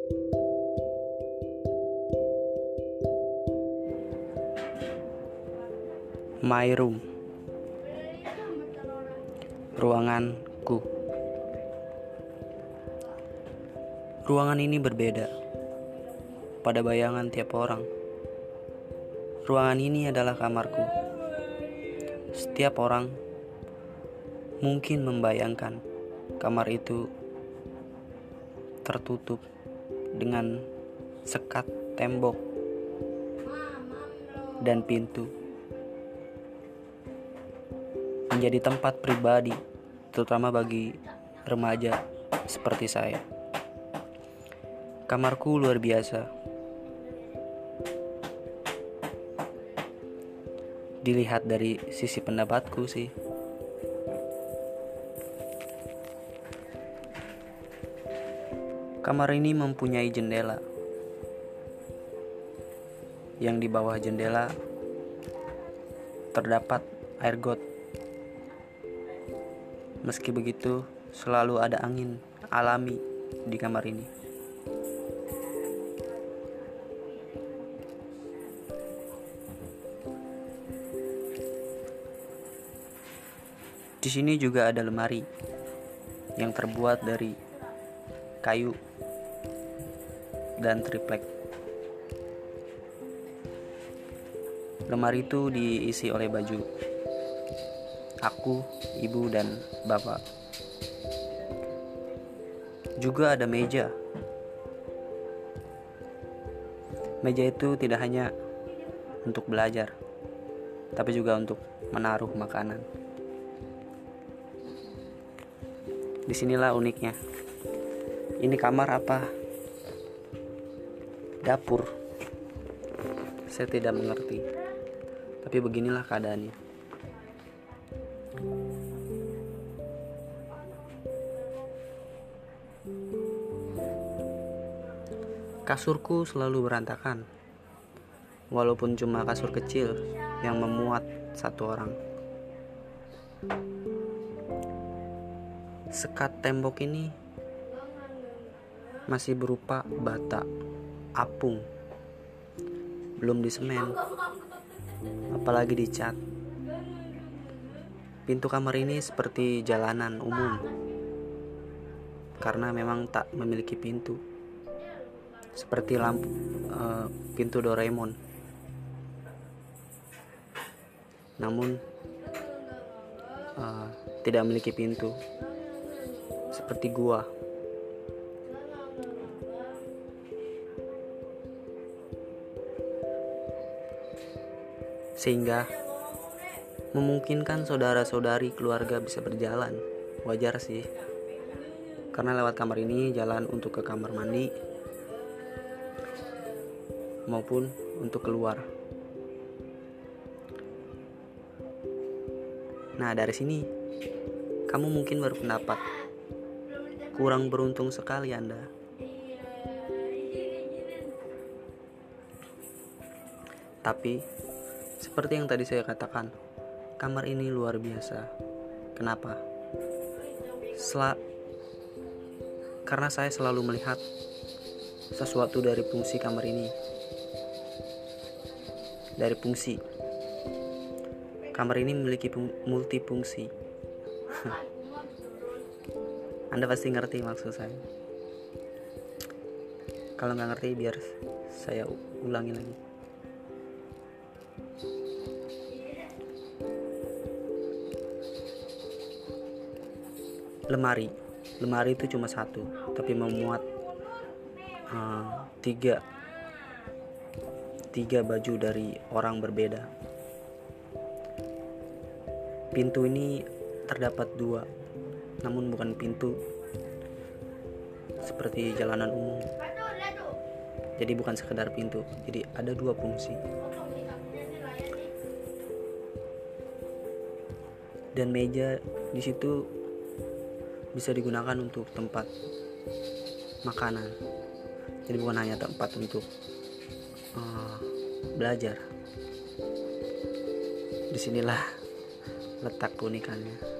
My room, ruanganku. Ruangan ini berbeda pada bayangan tiap orang. Ruangan ini adalah kamarku. Setiap orang mungkin membayangkan kamar itu tertutup dengan sekat tembok dan pintu, menjadi tempat pribadi, terutama bagi remaja seperti saya. Kamarku luar biasa. Dilihat dari sisi pendapatku sih, kamar ini mempunyai jendela. Yang di bawah jendela terdapat air got. Meski begitu, selalu ada angin alami di kamar ini. Di sini juga ada lemari yang terbuat dari kayu dan triplek. Lemari itu diisi oleh baju aku, ibu, dan bapak. Juga ada meja. Meja itu tidak hanya untuk belajar, tapi juga untuk menaruh makanan. Disinilah uniknya. Ini kamar apa dapur? Saya tidak mengerti. Tapi beginilah keadaannya. Kasurku selalu berantakan, walaupun cuma kasur kecil yang memuat satu orang. Sekat tembok ini masih berupa bata, apung, belum disemen, apalagi dicat. Pintu kamar ini seperti jalanan umum, karena memang tak memiliki pintu, seperti pintu Doraemon. Namun tidak memiliki pintu, seperti gua. Sehingga memungkinkan saudara-saudari keluarga bisa berjalan. Wajar sih, karena lewat kamar ini jalan untuk ke kamar mandi maupun untuk keluar. Nah, dari sini kamu mungkin berpendapat, kurang beruntung sekali Anda. Tapi seperti yang tadi saya katakan, kamar ini luar biasa. Kenapa? Karena saya selalu melihat sesuatu dari fungsi kamar ini. Dari fungsi kamar ini memiliki multifungsi. Anda pasti ngerti maksud saya. Kalau nggak ngerti, biar saya ulangi lagi. Lemari itu cuma satu, tapi memuat tiga baju dari orang berbeda. Pintu ini terdapat dua, namun bukan pintu seperti jalanan umum. Jadi bukan sekedar pintu, jadi ada dua fungsi. Dan meja di situ bisa digunakan untuk tempat makanan. Jadi bukan hanya tempat untuk belajar. Disinilah letak keunikannya.